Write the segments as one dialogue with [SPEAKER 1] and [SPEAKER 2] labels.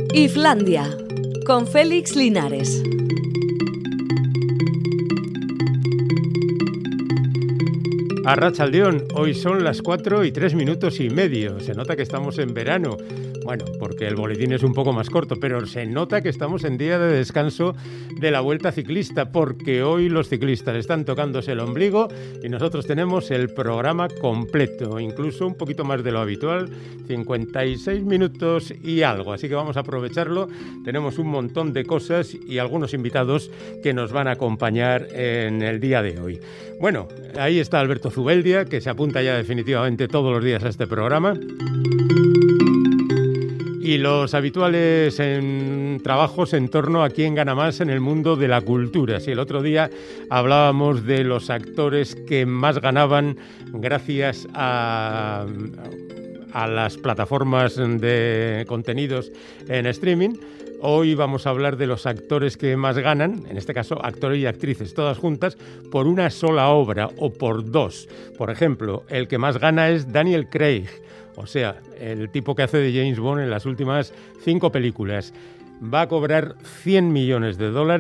[SPEAKER 1] Iflandia, con Félix Linares.
[SPEAKER 2] Arratsaldeón, hoy son las 4:03:30. Se nota que estamos en verano. Bueno, porque el boletín es un poco más corto, pero se nota que estamos en día de descanso de la Vuelta Ciclista, porque hoy los ciclistas están tocándose el ombligo y nosotros tenemos el programa completo, incluso un poquito más de lo habitual, 56 minutos y algo, así que vamos a aprovecharlo. Tenemos un montón de cosas y algunos invitados que nos van a acompañar en el día de hoy. Bueno, ahí está Alberto Zubeldia, que se apunta ya definitivamente todos los días a este programa. Y los habituales trabajos en torno a quién gana más en el mundo de la cultura. Si el otro día hablábamos de los actores que más ganaban gracias a las plataformas de contenidos en streaming, hoy vamos a hablar de los actores que más ganan, en este caso actores y actrices todas juntas, por una sola obra o por dos. Por ejemplo, el que más gana es Daniel Craig, o sea, el tipo que hace de James Bond en las últimas 5 películas. Va a cobrar $100 millones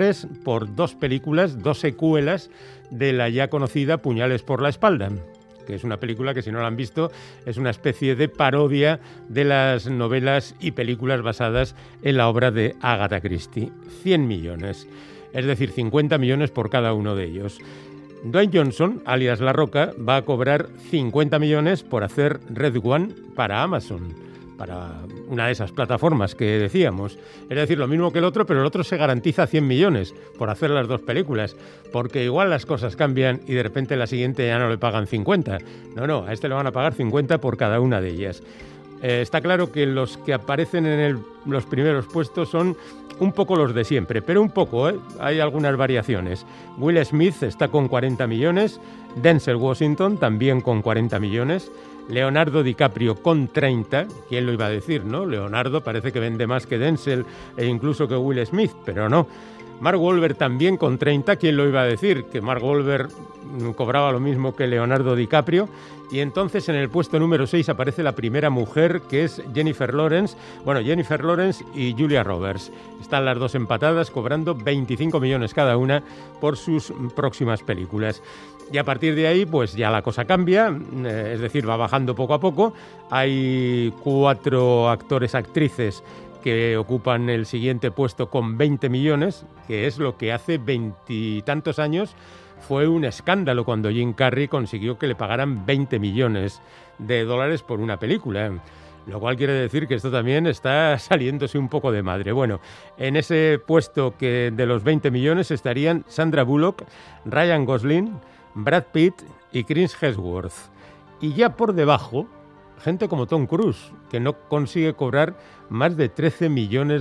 [SPEAKER 2] por 2 películas, 2 secuelas de la ya conocida Puñales por la espalda, que es una película que, si no la han visto, es una especie de parodia de las novelas y películas basadas en la obra de Agatha Christie. 100 millones, es decir, 50 millones por cada uno de ellos. Dwayne Johnson, alias La Roca, va a cobrar 50 millones por hacer Red One para Amazon, para una de esas plataformas que decíamos. Es decir, lo mismo que el otro, pero el otro se garantiza 100 millones por hacer las 2 películas, porque igual las cosas cambian y de repente la siguiente ya no le pagan 50. No, a este le van a pagar 50 por cada una de ellas. Está claro que los que aparecen en los primeros puestos son un poco los de siempre, pero un poco, hay algunas variaciones. Will Smith está con 40 millones, Denzel Washington también con 40 millones, Leonardo DiCaprio con 30, ¿quién lo iba a decir, no? Leonardo parece que vende más que Denzel e incluso que Will Smith, pero no. Mark Wahlberg también con 30, ¿quién lo iba a decir? Que Mark Wahlberg cobraba lo mismo que Leonardo DiCaprio. Y entonces en el puesto número 6 aparece la primera mujer, que es Jennifer Lawrence. Bueno, Jennifer Lawrence y Julia Roberts. Están las dos empatadas, cobrando 25 millones cada una por sus próximas películas. Y a partir de ahí, pues ya la cosa cambia, es decir, va bajando poco a poco. Hay 4 actores-actrices que ocupan el siguiente puesto con 20 millones, que es lo que hace 20 y tantos años fue un escándalo cuando Jim Carrey consiguió que le pagaran $20 millones por una película. Lo cual quiere decir que esto también está saliéndose un poco de madre. Bueno, en ese puesto que de los 20 millones estarían Sandra Bullock, Ryan Gosling, Brad Pitt y Chris Hemsworth. Y ya por debajo, gente como Tom Cruise, que no consigue cobrar más de $13 millones,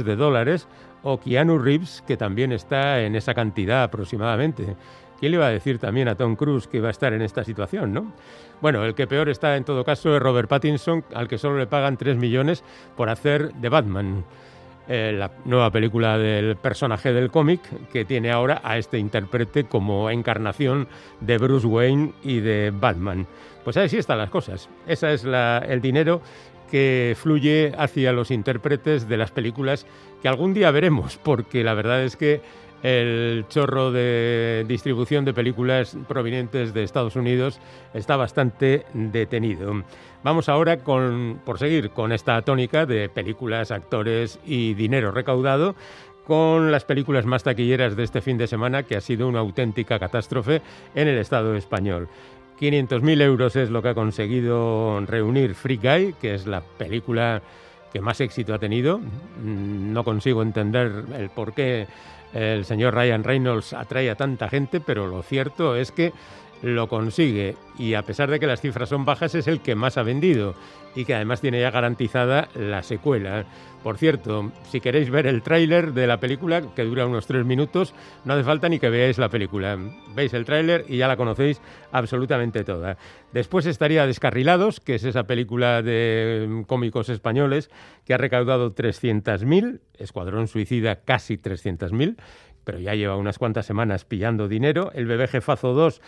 [SPEAKER 2] o Keanu Reeves, que también está en esa cantidad aproximadamente. ¿Quién le iba a decir también a Tom Cruise que iba a estar en esta situación, no? Bueno, el que peor está en todo caso es Robert Pattinson, al que solo le pagan 3 millones por hacer The Batman, la nueva película del personaje del cómic, que tiene ahora a este intérprete como encarnación de Bruce Wayne y de Batman. Pues así están las cosas. Ese es el dinero que fluye hacia los intérpretes de las películas que algún día veremos, porque la verdad es que el chorro de distribución de películas provenientes de Estados Unidos está bastante detenido. Vamos ahora, por seguir con esta tónica de películas, actores y dinero recaudado, con las películas más taquilleras de este fin de semana, que ha sido una auténtica catástrofe en el Estado español. 500.000 euros es lo que ha conseguido reunir Free Guy, que es la película que más éxito ha tenido. No consigo entender el por qué el señor Ryan Reynolds atrae a tanta gente, pero lo cierto es que lo consigue, y a pesar de que las cifras son bajas, es el que más ha vendido y que además tiene ya garantizada la secuela. Por cierto, si queréis ver el tráiler de la película, que dura unos 3 minutos, no hace falta ni que veáis la película. Veis el tráiler y ya la conocéis absolutamente toda. Después estaría Descarrilados, que es esa película de cómicos españoles que ha recaudado 300.000, Escuadrón Suicida casi 300.000, pero ya lleva unas cuantas semanas pillando dinero. El bebé jefazo 2,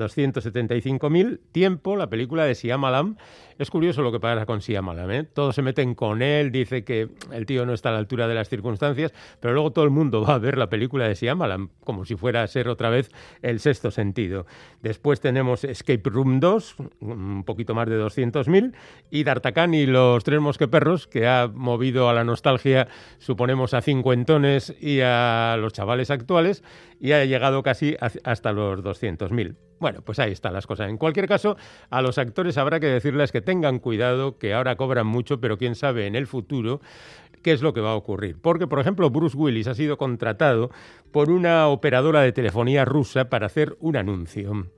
[SPEAKER 2] 275.000. Tiempo, la película de Shyamalan. Es curioso lo que pasa con Shyamalan, ¿eh? Todos se meten con él, dice que el tío no está a la altura de las circunstancias, pero luego todo el mundo va a ver la película de Shyamalan, como si fuera a ser otra vez El sexto sentido. Después tenemos Escape Room 2, un poquito más de 200.000, y D'Artagnan y los tres mosqueperros, que ha movido a la nostalgia, suponemos, a cincuentones y a los chavales actuales, y ha llegado casi hasta los 200.000. Bueno, pues ahí están las cosas. En cualquier caso, a los actores habrá que decirles que tengan cuidado, que ahora cobran mucho, pero quién sabe en el futuro qué es lo que va a ocurrir. Porque, por ejemplo, Bruce Willis ha sido contratado por una operadora de telefonía rusa para hacer un anuncio.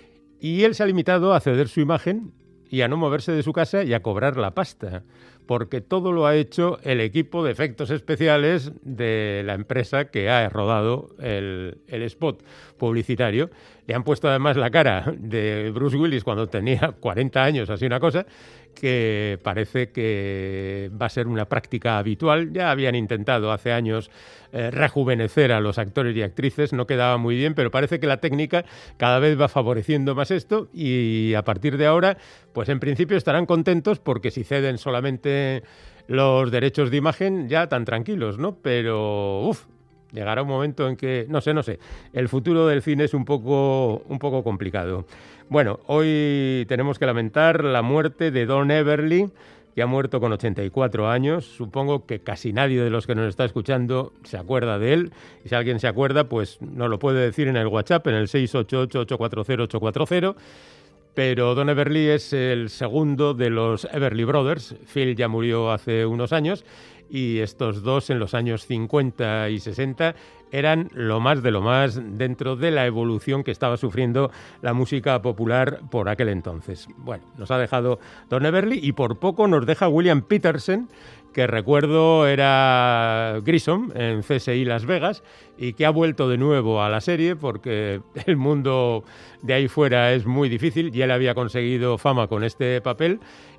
[SPEAKER 2] Y él se ha limitado a ceder su imagen y a no moverse de su casa y a cobrar la pasta, porque todo lo ha hecho el equipo de efectos especiales de la empresa que ha rodado el spot publicitario. Le han puesto además la cara de Bruce Willis cuando tenía 40 años, así una cosa, que parece que va a ser una práctica habitual. Ya habían intentado hace años rejuvenecer a los actores y actrices, no quedaba muy bien, pero parece que la técnica cada vez va favoreciendo más esto y a partir de ahora, pues en principio estarán contentos porque si ceden solamente los derechos de imagen ya tan tranquilos, ¿no? Pero, llegará un momento en que, no sé, el futuro del cine es un poco complicado. Bueno, hoy tenemos que lamentar la muerte de Don Everly, que ha muerto con 84 años. Supongo que casi nadie de los que nos está escuchando se acuerda de él. Y si alguien se acuerda, pues nos lo puede decir en el WhatsApp, en el 688-840-840. Pero Don Everly es el segundo de los Everly Brothers. Phil ya murió hace unos años y estos dos en los años 50 y 60 eran lo más de lo más dentro de la evolución que estaba sufriendo la música popular por aquel entonces. Bueno, nos ha dejado Don Everly y por poco nos deja William Peterson, que recuerdo era Grissom en CSI Las Vegas y que ha vuelto de nuevo a la serie porque el mundo de ahí fuera es muy difícil y él había conseguido fama con este papel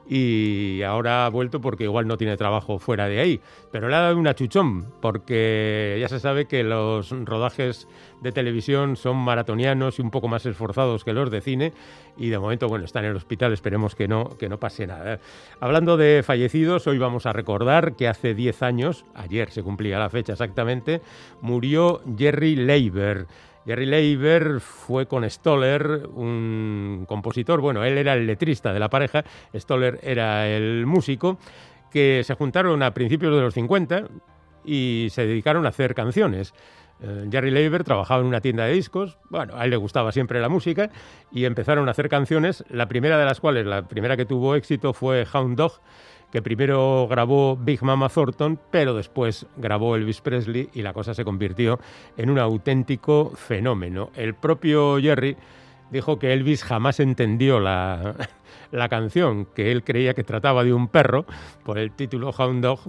[SPEAKER 2] y ahora ha vuelto porque igual no tiene trabajo fuera de ahí, pero le ha dado un achuchón porque ya se sabe que los rodajes de televisión son maratonianos y un poco más esforzados que los de cine y de momento, bueno, está en el hospital, esperemos que no pase nada. Hablando de fallecidos, hoy vamos a recordar que hace 10 años, ayer se cumplía la fecha exactamente, murió Jerry Leiber. Jerry Leiber fue con Stoller, un compositor, bueno, él era el letrista de la pareja, Stoller era el músico, que se juntaron a principios de los 50 y se dedicaron a hacer canciones. Jerry Leiber trabajaba en una tienda de discos, bueno, a él le gustaba siempre la música y empezaron a hacer canciones, la primera de las cuales, la primera que tuvo éxito fue Hound Dog, que primero grabó Big Mama Thornton, pero después grabó Elvis Presley y la cosa se convirtió en un auténtico fenómeno. El propio Jerry dijo que Elvis jamás entendió la canción, que él creía que trataba de un perro por el título Hound Dog,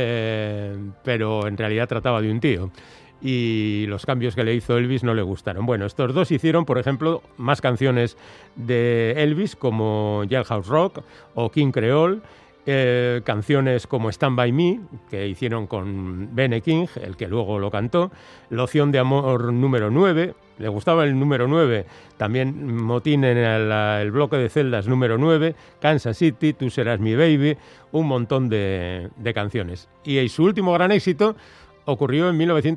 [SPEAKER 2] pero en realidad trataba de un tío. Y los cambios que le hizo Elvis no le gustaron. Bueno, estos dos hicieron, por ejemplo, más canciones de Elvis como Jailhouse Rock o King Creole, canciones como Stand By Me, que hicieron con Benny King, el que luego lo cantó, Loción de Amor número 9, le gustaba el número 9, también Motín en el bloque de celdas número 9, Kansas City, Tú serás mi baby, un montón de canciones. Y su último gran éxito ocurrió en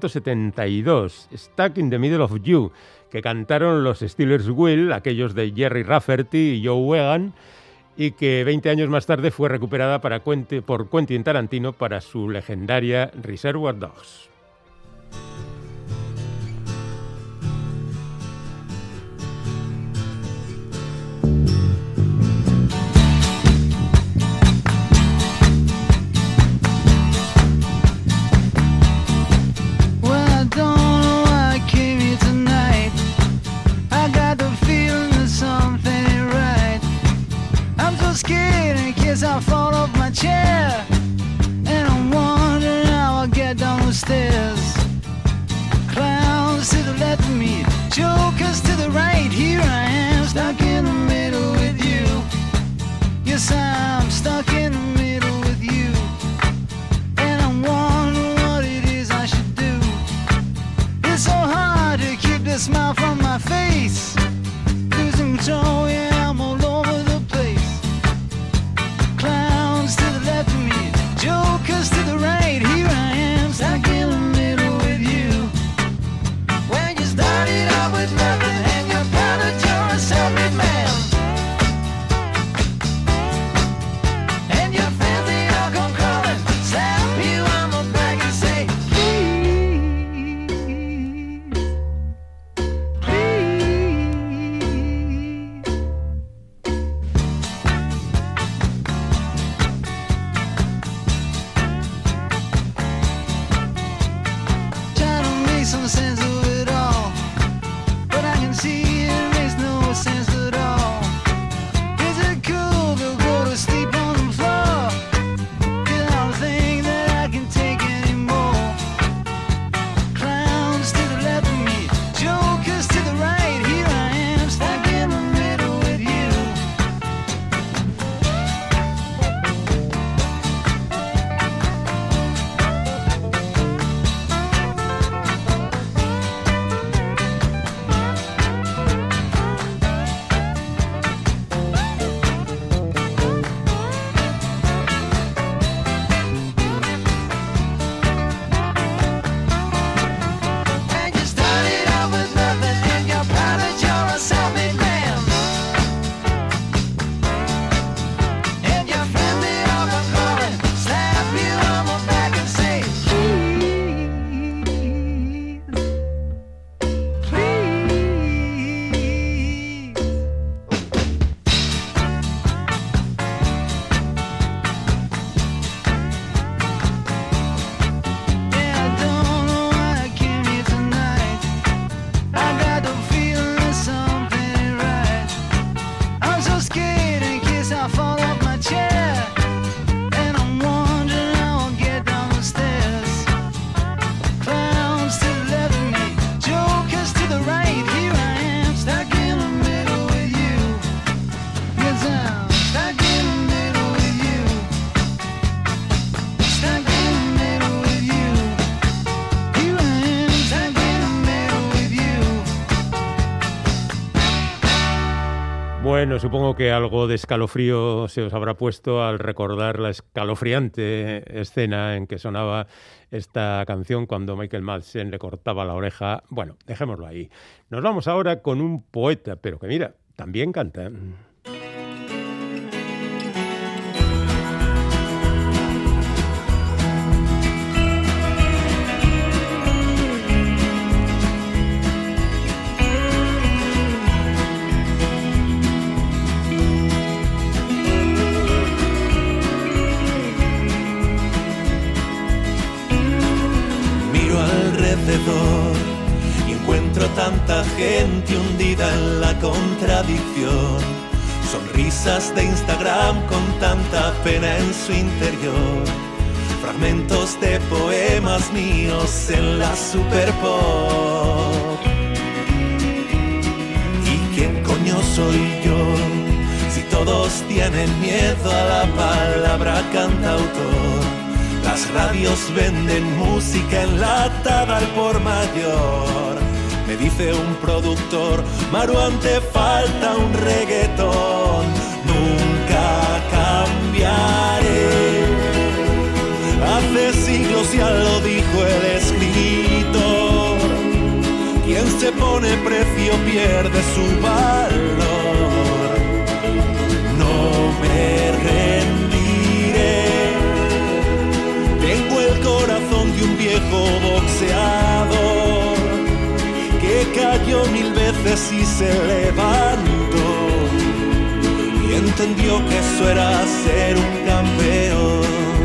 [SPEAKER 2] 1972, Stuck in the Middle of You, que cantaron los Steelers Will, aquellos de Jerry Rafferty y Joe Wegan, y que 20 años más tarde fue recuperada por Quentin Tarantino para su legendaria Reservoir Dogs.
[SPEAKER 3] I fall off my chair and I'm wondering how I'll get down the stairs. Clowns to the left of me, jokers to the right. Here I am, stuck in the middle with you. Yes, I'm stuck in the middle with you. And I'm wondering what it is I should do. It's all
[SPEAKER 2] Bueno, supongo que algo de escalofrío se os habrá puesto al recordar la escalofriante escena en que sonaba esta canción cuando Michael Madsen le cortaba la oreja. Bueno, dejémoslo ahí. Nos vamos ahora con un poeta, pero que mira, también canta.
[SPEAKER 4] Y encuentro tanta gente hundida en la contradicción, sonrisas de Instagram con tanta pena en su interior, fragmentos de poemas míos en la Superpop. ¿Y quién coño soy yo? Si todos tienen miedo a la palabra cantautor. Las radios venden música enlatada al por mayor. Me dice un productor, Maruán, te falta un reggaetón. Nunca cambiaré. Hace siglos ya lo dijo el escritor. Quien se pone precio pierde su valor. No me rendiré. Tengo el corazón de un viejo boxeador que cayó 1000 veces y se levantó y entendió que eso era ser un campeón.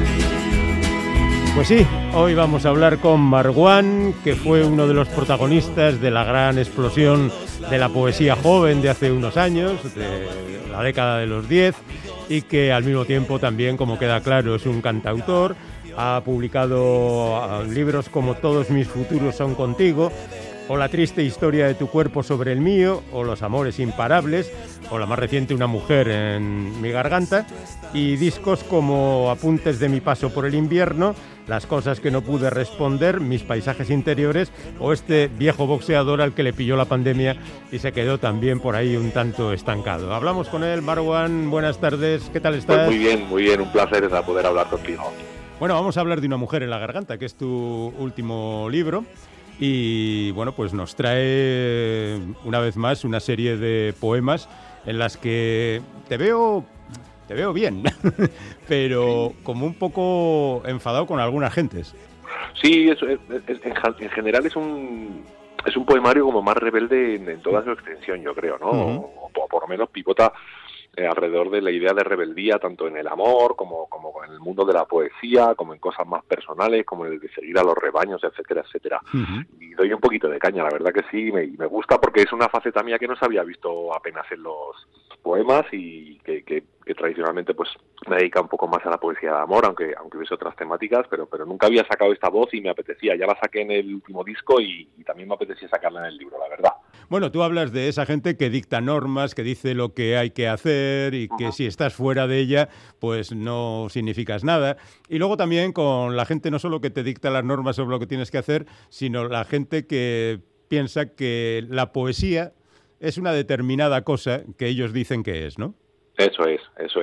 [SPEAKER 2] Pues sí, hoy vamos a hablar con Marwan, que fue uno de los protagonistas de la gran explosión de la poesía joven de hace unos años, de la década de los 10, y que al mismo tiempo también, como queda claro, es un cantautor. Ha publicado libros como Todos mis futuros son contigo, o La triste historia de tu cuerpo sobre el mío, o Los amores imparables, o la más reciente, Una mujer en mi garganta, y discos como Apuntes de mi paso por el invierno, Las cosas que no pude responder, Mis paisajes interiores, o este viejo boxeador al que le pilló la pandemia y se quedó también por ahí un tanto estancado. Hablamos con él. Marwan, buenas tardes, ¿qué tal estás?
[SPEAKER 5] Pues muy bien, un placer poder hablar contigo.
[SPEAKER 2] Bueno, vamos a hablar de Una mujer en la garganta, que es tu último libro. Y bueno, pues nos trae una vez más una serie de poemas en las que te veo bien, pero como un poco enfadado con algunas gentes.
[SPEAKER 5] Sí, en general es un poemario como más rebelde en toda su extensión, yo creo, ¿no? Uh-huh. O por lo menos pivota alrededor de la idea de rebeldía, tanto en el amor como en el mundo de la poesía, como en cosas más personales, como en el de seguir a los rebaños, etcétera, etcétera. Uh-huh. Y doy un poquito de caña, la verdad que sí, me gusta porque es una faceta mía que no se había visto apenas en los poemas y que tradicionalmente pues me dedica un poco más a la poesía de amor, aunque hubiese otras temáticas, pero nunca había sacado esta voz y me apetecía. Ya la saqué en el último disco y también me apetecía sacarla en el libro, la verdad.
[SPEAKER 2] Bueno, tú hablas de esa gente que dicta normas, que dice lo que hay que hacer y que si estás fuera de ella, pues no significas nada. Y luego también con la gente no solo que te dicta las normas sobre lo que tienes que hacer, sino la gente que piensa que la poesía es una determinada cosa que ellos dicen que es, ¿no?
[SPEAKER 5] Eso es.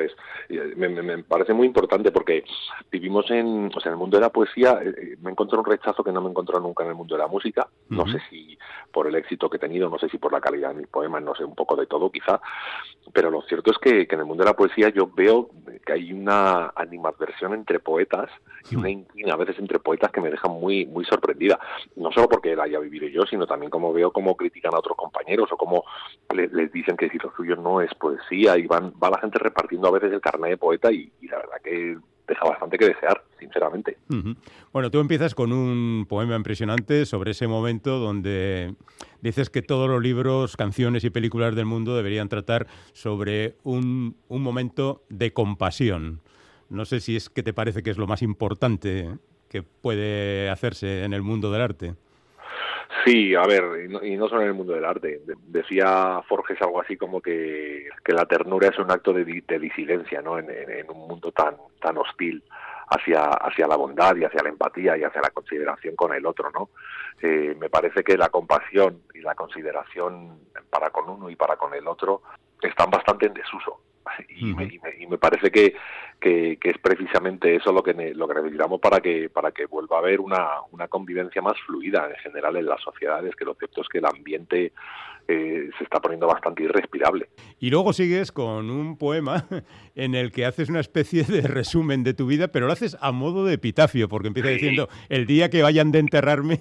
[SPEAKER 5] Me parece muy importante porque vivimos en el mundo de la poesía. Me encontré un rechazo que no me encontró nunca en el mundo de la música. Uh-huh. No sé si por el éxito que he tenido, no sé si por la calidad de mis poemas, no sé, un poco de todo quizá. Pero lo cierto es que en el mundo de la poesía yo veo que hay una animadversión entre poetas y una inquina a veces entre poetas que me dejan muy, muy sorprendida. No solo porque la haya vivido yo, sino también como veo cómo critican a otros compañeros o cómo les dicen que si lo suyo no es poesía y va la gente repartiendo a veces el carnet de poeta y la verdad que deja bastante que desear, sinceramente.
[SPEAKER 2] Uh-huh. Bueno, tú empiezas con un poema impresionante sobre ese momento donde dices que todos los libros, canciones y películas del mundo deberían tratar sobre un momento de compasión. No sé si es que te parece que es lo más importante que puede hacerse en el mundo del arte.
[SPEAKER 5] Sí, a ver, y no solo en el mundo del arte. Decía Forges algo así como que la ternura es un acto de disidencia, ¿no? En un mundo tan hostil hacia la bondad y hacia la empatía y hacia la consideración con el otro, ¿no? Me parece que la compasión y la consideración para con uno y para con el otro están bastante en desuso. Y me parece que es precisamente eso lo que necesitamos para que vuelva a haber una convivencia más fluida en general en las sociedades, que lo cierto es que el ambiente se está poniendo bastante irrespirable.
[SPEAKER 2] Y luego sigues con un poema en el que haces una especie de resumen de tu vida, pero lo haces a modo de epitafio, porque empieza diciendo, el día que vayan de enterrarme,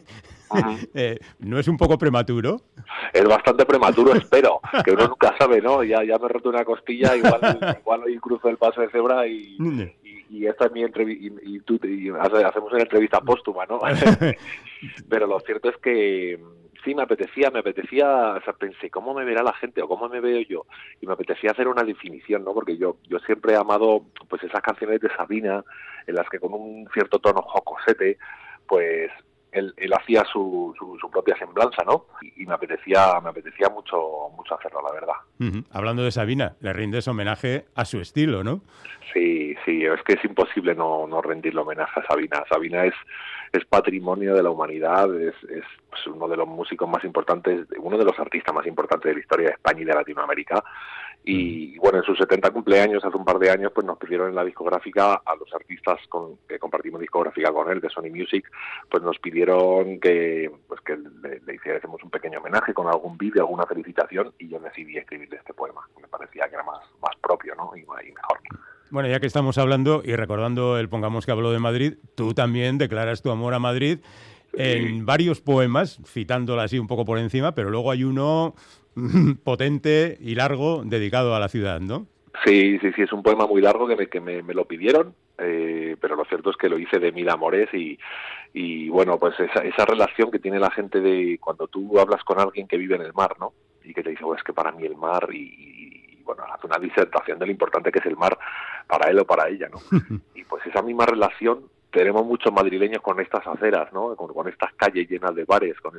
[SPEAKER 2] ¿no es un poco prematuro?
[SPEAKER 5] Es bastante prematuro, espero, que uno nunca sabe, ¿no? Ya me he roto una costilla, igual hoy cruzo el paso de cebra y esta es mi entrevista, y hacemos una entrevista póstuma, ¿no? Pero lo cierto es que sí, me apetecía, o sea, pensé, ¿cómo me verá la gente o cómo me veo yo? Y me apetecía hacer una definición, ¿no? Porque yo siempre he amado pues esas canciones de Sabina, en las que con un cierto tono jocosete, pues él hacía su propia semblanza, ¿no? Y me apetecía mucho hacerlo, la verdad.
[SPEAKER 2] Hablando de Sabina, le rindes homenaje a su estilo, ¿no?
[SPEAKER 5] Sí, es que es imposible no rendirle homenaje a Sabina. Sabina es patrimonio de la humanidad, es pues, uno de los músicos más importantes, uno de los artistas más importantes de la historia de España y de Latinoamérica. Y bueno, en sus 70 cumpleaños, hace un par de años, pues nos pidieron en la discográfica, a los artistas que compartimos discográfica con él, de Sony Music, pues nos pidieron que le hiciésemos un pequeño homenaje con algún vídeo, alguna felicitación, y yo decidí escribirle este poema. Me parecía que era más propio, ¿no? Y mejor.
[SPEAKER 2] Bueno, ya que estamos hablando y recordando el Pongamos que habló de Madrid, tú también declaras tu amor a Madrid en varios poemas, citándola así un poco por encima, pero luego hay uno potente y largo dedicado a la ciudad, ¿no?
[SPEAKER 5] Sí, es un poema muy largo que me lo pidieron, pero lo cierto es que lo hice de mil amores y bueno, pues esa relación que tiene la gente de cuando tú hablas con alguien que vive en el mar, ¿no? Y que te dice, es que para mí el mar y bueno, hace una disertación de lo importante que es el mar para él o para ella, ¿no? Y pues esa misma relación tenemos muchos madrileños con estas aceras, ¿no? Con estas calles llenas de bares, con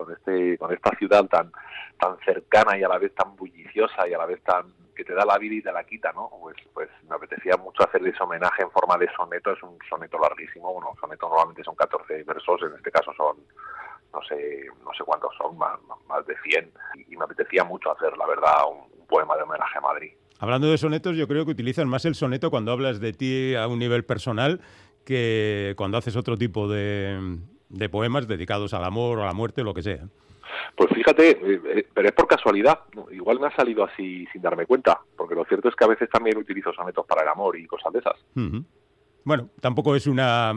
[SPEAKER 5] esta ciudad tan cercana y a la vez tan bulliciosa y a la vez tan que te da la vida y te la quita, ¿no? Pues me apetecía mucho hacerle ese homenaje en forma de soneto. Es un soneto larguísimo, bueno, soneto normalmente son 14 versos, en este caso son no sé cuántos son, más de 100, y me apetecía mucho hacer, la verdad, un poema de homenaje a Madrid.
[SPEAKER 2] Hablando de sonetos, yo creo que utilizan más el soneto cuando hablas de ti a un nivel personal que cuando haces otro tipo de poemas dedicados al amor o a la muerte o lo que sea.
[SPEAKER 5] Pues fíjate, pero es por casualidad, igual me ha salido así sin darme cuenta, porque lo cierto es que a veces también utilizo sonetos para el amor y cosas de esas.
[SPEAKER 2] Bueno, tampoco es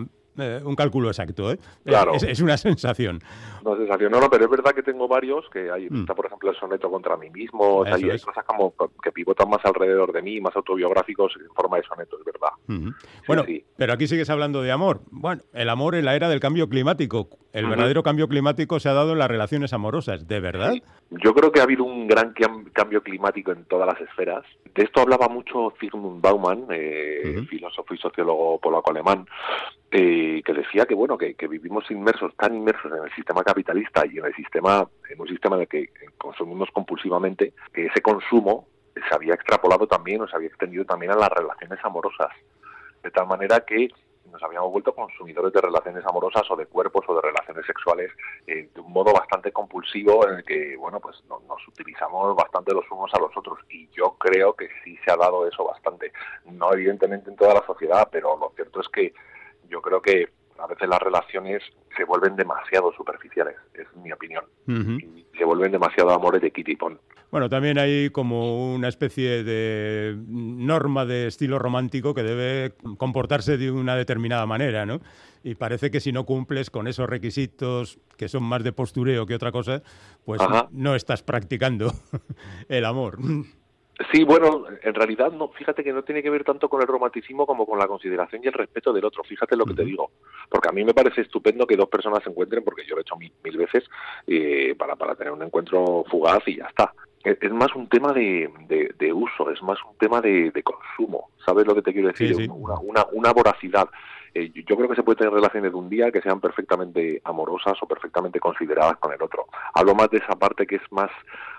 [SPEAKER 2] un cálculo exacto, ¿eh?
[SPEAKER 5] Claro.
[SPEAKER 2] Es una sensación.
[SPEAKER 5] Una sensación, no, pero es verdad que tengo varios, que hay, está por ejemplo el soneto contra mí mismo, o sea, hay cosas como que pivotan más alrededor de mí, más autobiográficos en forma de soneto, es verdad.
[SPEAKER 2] Bueno, pero aquí sigues hablando de amor. Bueno, el amor en la era del cambio climático. El verdadero cambio climático se ha dado en las relaciones amorosas, ¿de verdad?
[SPEAKER 5] Sí. Yo creo que ha habido un gran cambio climático en todas las esferas. De esto hablaba mucho Zygmunt Bauman, filósofo y sociólogo polaco-alemán, que decía que bueno que vivimos tan inmersos en el sistema capitalista y en un sistema en el que consumimos compulsivamente, que ese consumo se había extrapolado también o se había extendido también a las relaciones amorosas, de tal manera que nos habíamos vuelto consumidores de relaciones amorosas o de cuerpos o de relaciones sexuales de un modo bastante compulsivo, en el que bueno pues nos utilizamos bastante los unos a los otros, y yo creo que sí se ha dado eso bastante, no evidentemente en toda la sociedad, pero lo cierto es que yo creo que a veces las relaciones se vuelven demasiado superficiales, es mi opinión, y se vuelven demasiado amores de Kitty Pong.
[SPEAKER 2] Bueno, también hay como una especie de norma de estilo romántico que debe comportarse de una determinada manera, ¿no? Y parece que si no cumples con esos requisitos que son más de postureo que otra cosa, pues no estás practicando el amor.
[SPEAKER 5] Sí, bueno, en realidad no, fíjate que no tiene que ver tanto con el romanticismo como con la consideración y el respeto del otro, fíjate lo que te digo, porque a mí me parece estupendo que dos personas se encuentren, porque yo lo he hecho mil veces, para tener un encuentro fugaz y ya está. Es más un tema de uso, es más un tema de consumo, ¿sabes lo que te quiero decir? Sí. Una voracidad. Yo creo que se puede tener relaciones de un día que sean perfectamente amorosas o perfectamente consideradas con el otro. Hablo más de esa parte que es más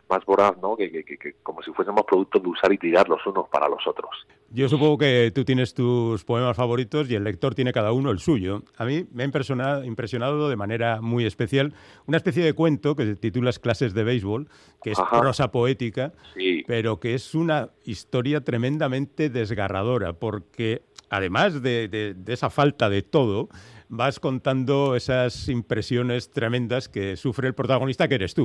[SPEAKER 5] más voraz, ¿no? Que como si fuésemos productos de usar y tirar los unos para los otros.
[SPEAKER 2] Yo supongo que tú tienes tus poemas favoritos y el lector tiene cada uno el suyo. A mí me ha impresionado de manera muy especial una especie de cuento que se titula Clases de béisbol, que es prosa poética,
[SPEAKER 5] sí,
[SPEAKER 2] pero que es una historia tremendamente desgarradora, porque además de esa falta de todo, vas contando esas impresiones tremendas que sufre el protagonista, que eres tú.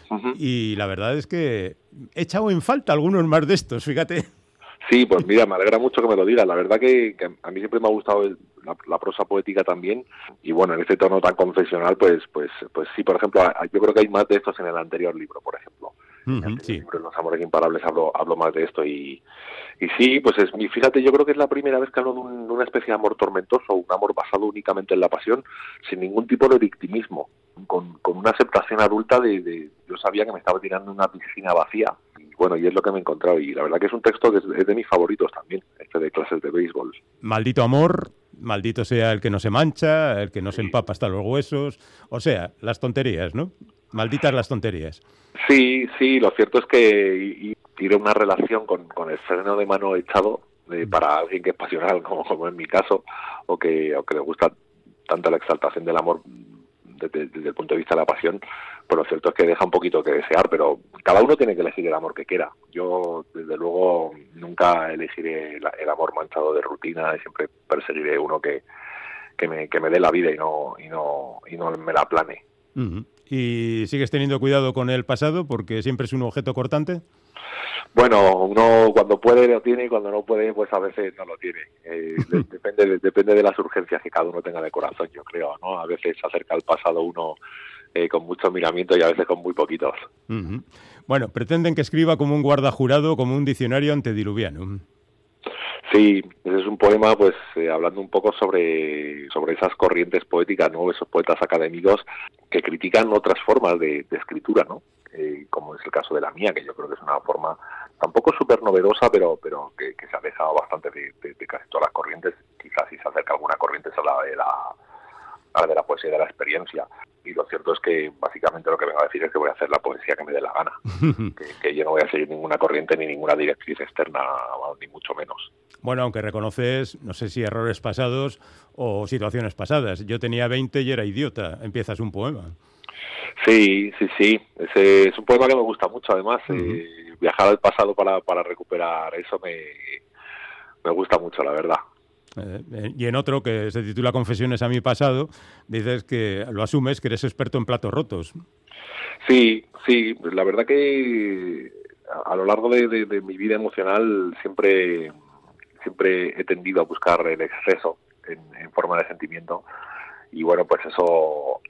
[SPEAKER 2] Y la verdad es que he echado en falta algunos más de estos, fíjate.
[SPEAKER 5] Sí, pues mira, me alegra mucho que me lo digas. La verdad que a mí siempre me ha gustado la prosa poética también. Y bueno, en este tono tan confesional, pues sí, por ejemplo, yo creo que hay más de estos en el anterior libro, por ejemplo.
[SPEAKER 2] Sí.
[SPEAKER 5] En Los amores imparables hablo más de esto. Y sí, pues fíjate, yo creo que es la primera vez que hablo de una especie de amor tormentoso, un amor basado únicamente en la pasión, sin ningún tipo de victimismo, con una aceptación adulta yo sabía que me estaba tirando en una piscina vacía. Bueno, y es lo que me he encontrado. Y la verdad que es un texto que es de mis favoritos también, este de Clases de béisbol.
[SPEAKER 2] Maldito amor, maldito sea el que no se mancha, el que no se empapa hasta los huesos. O sea, las tonterías, ¿no? Malditas las tonterías.
[SPEAKER 5] Sí, lo cierto es que tiré una relación con el freno de mano echado para alguien que es pasional, como en mi caso, o que le gusta tanto la exaltación del amor desde el punto de vista de la pasión. Pues lo cierto es que deja un poquito que desear, pero cada uno tiene que elegir el amor que quiera. Yo, desde luego, nunca elegiré el amor manchado de rutina, y siempre perseguiré uno que me dé la vida y no me la aplane.
[SPEAKER 2] ¿Y sigues teniendo cuidado con el pasado porque siempre es un objeto cortante?
[SPEAKER 5] Bueno, uno cuando puede lo tiene y cuando no puede, pues a veces no lo tiene. Depende de las urgencias que cada uno tenga de corazón, yo creo, ¿no? A veces se acerca al pasado uno con mucho miramiento y a veces con muy poquitos.
[SPEAKER 2] Bueno, pretenden que escriba como un guardajurado, como un diccionario antediluviano.
[SPEAKER 5] Sí, ese es un poema, pues hablando un poco sobre esas corrientes poéticas, ¿no? Esos poetas académicos que critican otras formas de escritura, ¿no? Como es el caso de la mía, que yo creo que es una forma tampoco súper novedosa, pero que se ha alejado bastante de casi todas las corrientes. Quizás si se acerca alguna corriente es a la de la poesía y de la experiencia. Y lo cierto es que básicamente lo que vengo a decir es que voy a hacer la poesía que me dé la gana. que yo no voy a seguir ninguna corriente ni ninguna directriz externa, ni mucho menos.
[SPEAKER 2] Bueno, aunque reconoces, no sé si errores pasados o situaciones pasadas. Yo tenía 20 y era idiota. Empiezas un poema.
[SPEAKER 5] Sí. Ese es un poema que me gusta mucho, además. Viajar al pasado para recuperar eso me gusta mucho, la verdad.
[SPEAKER 2] Y en otro, que se titula Confesiones a mi pasado, dices que lo asumes, que eres experto en platos rotos.
[SPEAKER 5] Sí, la verdad que a lo largo de mi vida emocional siempre he tendido a buscar el exceso en forma de sentimiento. Y bueno, pues eso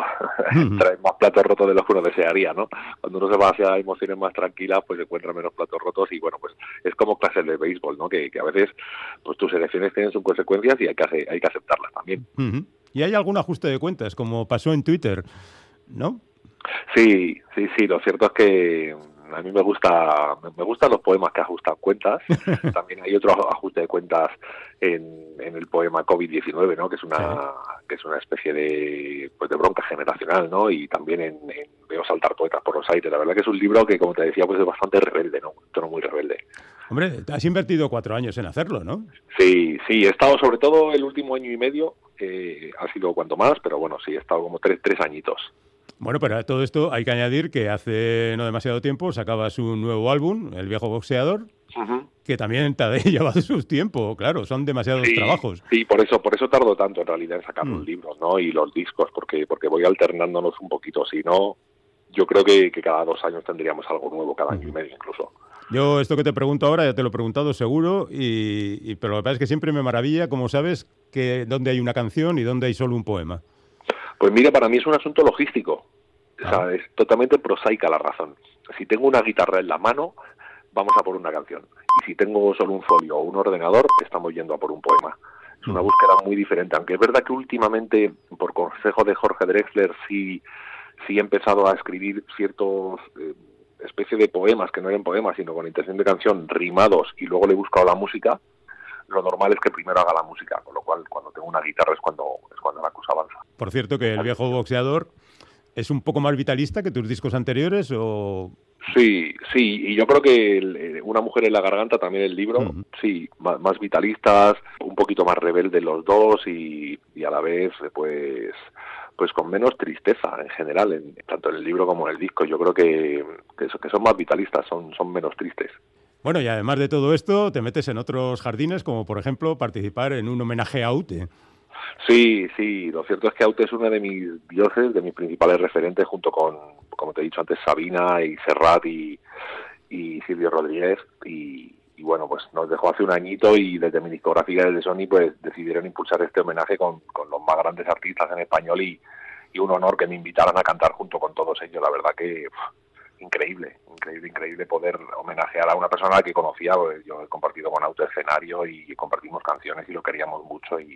[SPEAKER 5] trae más platos rotos de los que uno desearía, ¿no? Cuando uno se va hacia emociones más tranquilas, pues encuentra menos platos rotos. Y bueno, pues es como Clases de béisbol, ¿no? Que a veces pues tus elecciones tienen sus consecuencias y hay que aceptarlas también.
[SPEAKER 2] ¿Y hay algún ajuste de cuentas, como pasó en Twitter, no?
[SPEAKER 5] Sí, lo cierto es que a mí me gustan los poemas que ajustan cuentas. También hay otro ajuste de cuentas en el poema COVID-19, ¿no? Que es una especie de bronca generacional, ¿no? Y también Veo saltar poetas por los aires. La verdad que es un libro que, como te decía, pues es bastante rebelde, ¿no? Un tono muy rebelde.
[SPEAKER 2] Hombre, has invertido 4 años en hacerlo, ¿no?
[SPEAKER 5] Sí, he estado sobre todo el último año y medio, ha sido cuanto más, pero bueno, sí, he estado como tres añitos.
[SPEAKER 2] Bueno, pero a todo esto hay que añadir que hace no demasiado tiempo sacabas un nuevo álbum, El viejo boxeador, que también te ha llevado su tiempo, claro, son demasiados trabajos.
[SPEAKER 5] Sí, por eso tardo tanto en realidad en sacar los libros, ¿no? Y los discos, porque voy alternándonos un poquito, si no, yo creo que cada 2 años tendríamos algo nuevo, cada año y medio incluso.
[SPEAKER 2] Yo esto que te pregunto ahora ya te lo he preguntado seguro, pero lo que pasa es que siempre me maravilla, como sabes, que dónde hay una canción y dónde hay solo un poema.
[SPEAKER 5] Pues mira, para mí es un asunto logístico. O sea, es totalmente prosaica la razón. Si tengo una guitarra en la mano, vamos a por una canción. Y si tengo solo un folio o un ordenador, estamos yendo a por un poema. Es una búsqueda muy diferente. Aunque es verdad que últimamente, por consejo de Jorge Drexler, sí he empezado a escribir ciertos especie de poemas, que no eran poemas, sino con intención de canción, rimados, y luego le he buscado la música. Lo normal es que primero haga la música, con lo cual cuando tengo una guitarra es cuando la cosa avanza.
[SPEAKER 2] Por cierto, que El viejo boxeador ¿Es un poco más vitalista que tus discos anteriores o...?
[SPEAKER 5] Sí, y yo creo que Una mujer en la garganta, también el libro, sí, más vitalistas, un poquito más rebeldes los dos y a la vez, pues con menos tristeza en general, tanto en el libro como en el disco. Yo creo que son más vitalistas, son menos tristes.
[SPEAKER 2] Bueno, y además de todo esto, te metes en otros jardines, como por ejemplo participar en un homenaje a Aute.
[SPEAKER 5] Sí, lo cierto es que Aute es uno de mis dioses, de mis principales referentes, junto con, como te he dicho antes, Sabina y Serrat y Silvio Rodríguez, y bueno, pues nos dejó hace un añito y desde mi discográfica, desde Sony, pues decidieron impulsar este homenaje con los más grandes artistas en español y un honor que me invitaran a cantar junto con todos ellos. La verdad que increíble poder homenajear a una persona a la que conocía. Pues yo he compartido con Aute escenario y compartimos canciones y lo queríamos mucho y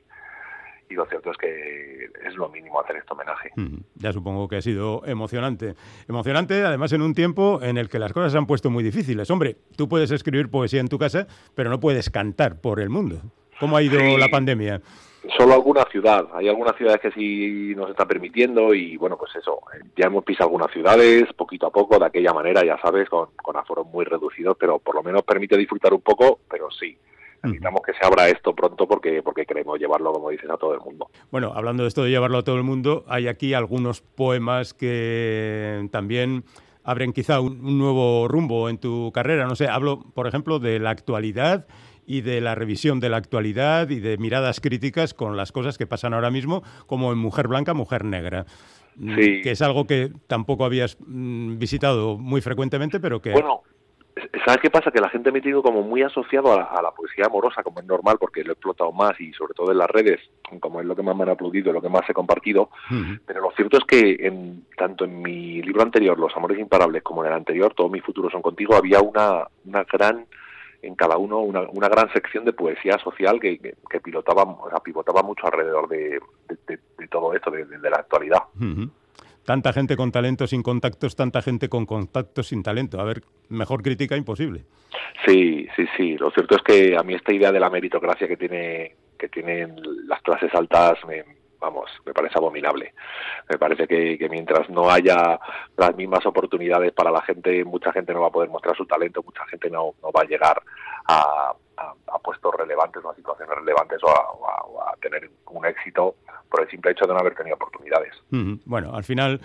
[SPEAKER 5] lo cierto es que es lo mínimo hacer este homenaje.
[SPEAKER 2] Ya supongo que ha sido emocionante. Emocionante, además, en un tiempo en el que las cosas se han puesto muy difíciles. Hombre, tú puedes escribir poesía en tu casa, pero no puedes cantar por el mundo. ¿Cómo ha ido la pandemia?
[SPEAKER 5] Solo alguna ciudad. Hay algunas ciudades que sí nos están permitiendo y, bueno, pues eso. Ya hemos pisado algunas ciudades, poquito a poco, de aquella manera, ya sabes, con aforos muy reducidos, pero por lo menos permite disfrutar un poco, pero sí. Necesitamos que se abra esto pronto porque queremos llevarlo, como dices, a todo el mundo.
[SPEAKER 2] Bueno, hablando de esto de llevarlo a todo el mundo, hay aquí algunos poemas que también abren quizá un nuevo rumbo en tu carrera. No sé, hablo, por ejemplo, de la actualidad y de la revisión de la actualidad y de miradas críticas con las cosas que pasan ahora mismo, como en Mujer Blanca, Mujer Negra. Sí. Que es algo que tampoco habías visitado muy frecuentemente, pero que...
[SPEAKER 5] Bueno, ¿sabes qué pasa? Que la gente me tiene como muy asociado a la poesía amorosa, como es normal, porque lo he explotado más y sobre todo en las redes, como es lo que más me han aplaudido, lo que más he compartido. Pero lo cierto es que tanto en mi libro anterior, Los amores imparables, como en el anterior, Todos mis futuros son contigo, había una gran, en cada uno, una gran sección de poesía social que pivotaba mucho alrededor de todo esto, de la actualidad.
[SPEAKER 2] Tanta gente con talento sin contactos, tanta gente con contactos sin talento. A ver, mejor crítica imposible.
[SPEAKER 5] Sí. Lo cierto es que a mí esta idea de la meritocracia que tienen las clases altas me parece abominable. Me parece que mientras no haya las mismas oportunidades para la gente, mucha gente no va a poder mostrar su talento, mucha gente no va a llegar a puestos relevantes o a situaciones relevantes o a tener un éxito por el simple hecho de no haber tenido oportunidades.
[SPEAKER 2] Bueno, al final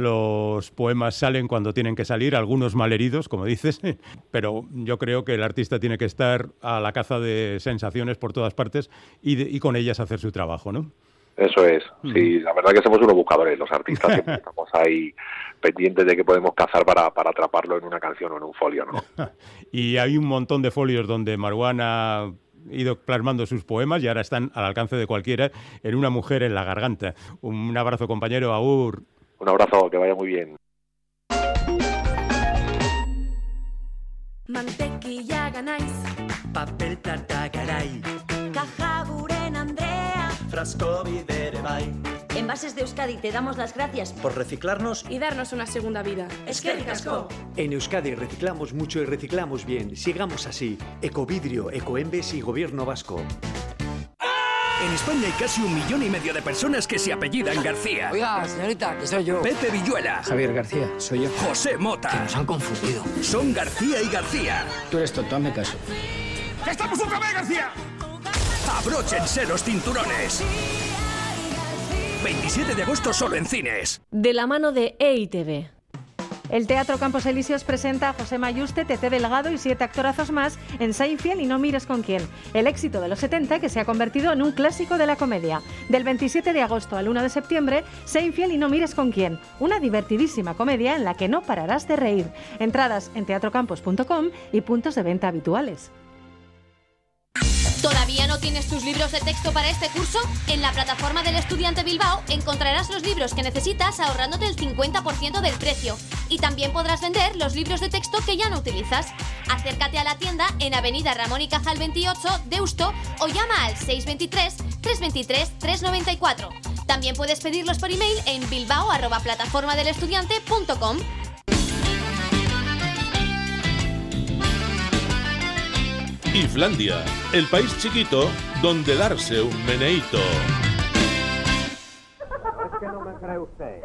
[SPEAKER 2] los poemas salen cuando tienen que salir, algunos malheridos, como dices, pero yo creo que el artista tiene que estar a la caza de sensaciones por todas partes y con ellas hacer su trabajo, ¿no?
[SPEAKER 5] Eso es, sí, la verdad que somos unos buscadores, los artistas, siempre estamos ahí pendientes de que podemos cazar para atraparlo en una canción o en un folio, ¿no?
[SPEAKER 2] Y hay un montón de folios donde Marwan ha ido plasmando sus poemas y ahora están al alcance de cualquiera en Una mujer en la garganta. Un abrazo, compañero, agur.
[SPEAKER 5] Un abrazo, que vaya muy bien.
[SPEAKER 6] Mantequilla ganáis,
[SPEAKER 7] papel plata garai,
[SPEAKER 6] caja guren Andrea,
[SPEAKER 7] frasco bidere bai.
[SPEAKER 6] Envases de Euskadi, te damos las gracias
[SPEAKER 7] por reciclarnos
[SPEAKER 8] y darnos una segunda vida.
[SPEAKER 6] Eskerrik asko.
[SPEAKER 9] En Euskadi reciclamos mucho y reciclamos bien. Sigamos así. Ecovidrio, Ecoembes y Gobierno Vasco.
[SPEAKER 10] En España hay casi 1,5 millones de personas que se apellidan García.
[SPEAKER 11] Oiga, señorita, que soy yo.
[SPEAKER 10] Pepe Villuela.
[SPEAKER 11] Javier García, soy yo.
[SPEAKER 10] José Mota.
[SPEAKER 11] Que nos han confundido.
[SPEAKER 10] Son García y García.
[SPEAKER 11] Tú eres tonto, hazme caso.
[SPEAKER 10] ¡Ya estamos otra vez, García! Abróchense los cinturones. 27 de agosto solo en cines.
[SPEAKER 1] De la mano de EITV.
[SPEAKER 12] El Teatro Campos Elíseos presenta a José Mayuste, Tete Delgado y 7 actorazos más en Seinfeld y No mires con quién, el éxito de los 70 que se ha convertido en un clásico de la comedia. Del 27 de agosto al 1 de septiembre, Seinfeld y No mires con quién, una divertidísima comedia en la que no pararás de reír. Entradas en teatrocampos.com y puntos de venta habituales.
[SPEAKER 13] ¿Todavía no tienes tus libros de texto para este curso? En la plataforma del Estudiante Bilbao encontrarás los libros que necesitas ahorrándote el 50% del precio. Y también podrás vender los libros de texto que ya no utilizas. Acércate a la tienda en Avenida Ramón y Cajal 28, Deusto, o llama al 623-323-394. También puedes pedirlos por email en bilbao@plataformadelestudiante.com.
[SPEAKER 14] Islandia, el país chiquito donde darse un meneíto.
[SPEAKER 8] me cree usted?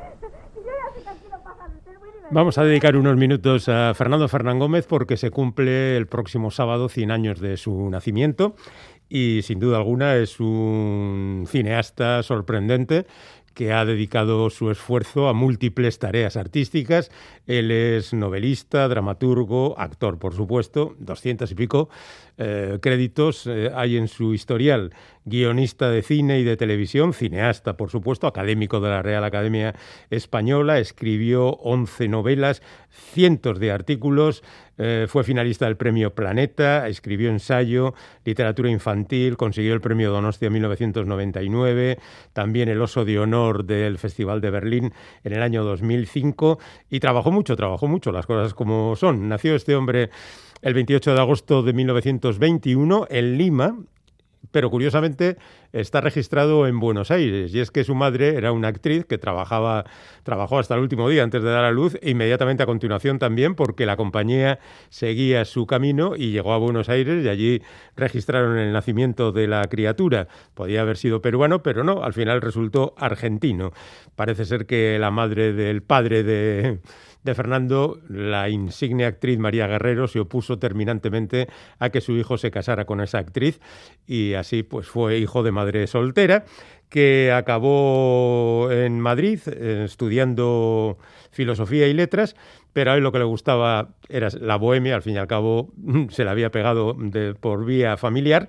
[SPEAKER 2] Vamos a dedicar unos minutos a Fernando Fernán Gómez porque se cumple el próximo sábado 100 años de su nacimiento y sin duda alguna es un cineasta sorprendente que ha dedicado su esfuerzo a múltiples tareas artísticas. Él es novelista, dramaturgo, actor, por supuesto, 200 y pico créditos hay en su historial. Guionista de cine y de televisión, cineasta, por supuesto, académico de la Real Academia Española, escribió 11 novelas, cientos de artículos, fue finalista del Premio Planeta, escribió ensayo, literatura infantil, consiguió el Premio Donostia en 1999, también el Oso de Honor del Festival de Berlín en el año 2005 y trabajó mucho, las cosas como son. Nació este hombre el 28 de agosto de 1921 en Lima, pero curiosamente está registrado en Buenos Aires, y es que su madre era una actriz que trabajó hasta el último día antes de dar a luz, e inmediatamente a continuación también, porque la compañía seguía su camino y llegó a Buenos Aires y allí registraron el nacimiento de la criatura. Podía haber sido peruano, pero no, al final resultó argentino. Parece ser que la madre del padre de Fernando, la insigne actriz María Guerrero, se opuso terminantemente a que su hijo se casara con esa actriz y así pues fue hijo de madre soltera, que acabó en Madrid estudiando filosofía y letras, pero a él lo que le gustaba era la bohemia, al fin y al cabo se la había pegado por vía familiar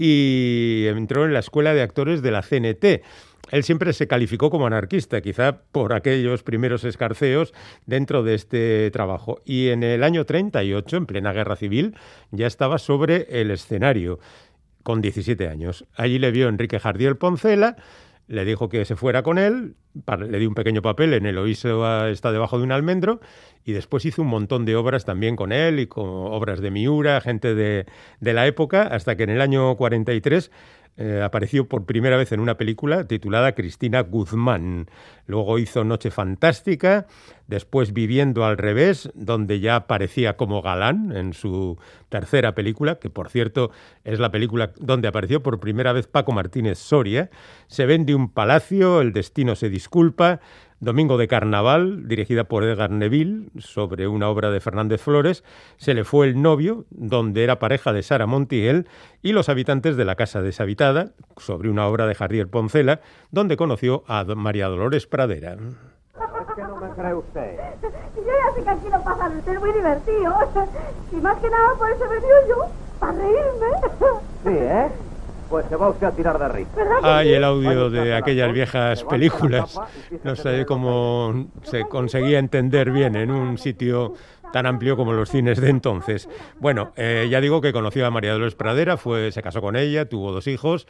[SPEAKER 2] y entró en la Escuela de Actores de la CNT. Él siempre se calificó como anarquista, quizá por aquellos primeros escarceos dentro de este trabajo. Y en el año 38, en plena guerra civil, ya estaba sobre el escenario, con 17 años. Allí le vio Enrique Jardiel Poncela, le dijo que se fuera con él, le dio un pequeño papel en Eloísa está debajo de un almendro, y después hizo un montón de obras también con él, y con obras de Miura, gente de la época, hasta que en el año 43... apareció por primera vez en una película titulada Cristina Guzmán. Luego hizo Noche Fantástica, después Viviendo al revés, donde ya aparecía como galán en su tercera película, que por cierto es la película donde apareció por primera vez Paco Martínez Soria. Se vende un palacio, El destino se disculpa, Domingo de Carnaval, dirigida por Edgar Neville, sobre una obra de Fernández Flores, Se le fue el novio, donde era pareja de Sara Montiel, y Los habitantes de la casa deshabitada, sobre una obra de Jardiel Poncela, donde conoció a María Dolores Pradera.
[SPEAKER 8] Es que no me cree usted.
[SPEAKER 15] Yo ya sé que aquí lo pasan ustedes muy divertido. Y más que nada por eso he venido yo, para reírme.
[SPEAKER 8] Sí, ¿eh? Pues se va usted a tirar de risa.
[SPEAKER 2] Hay el audio de aquellas viejas películas. No sé cómo se conseguía entender bien en un sitio tan amplio como los cines de entonces. Bueno, ya digo que conoció a María Dolores Pradera, se casó con ella, tuvo 2 hijos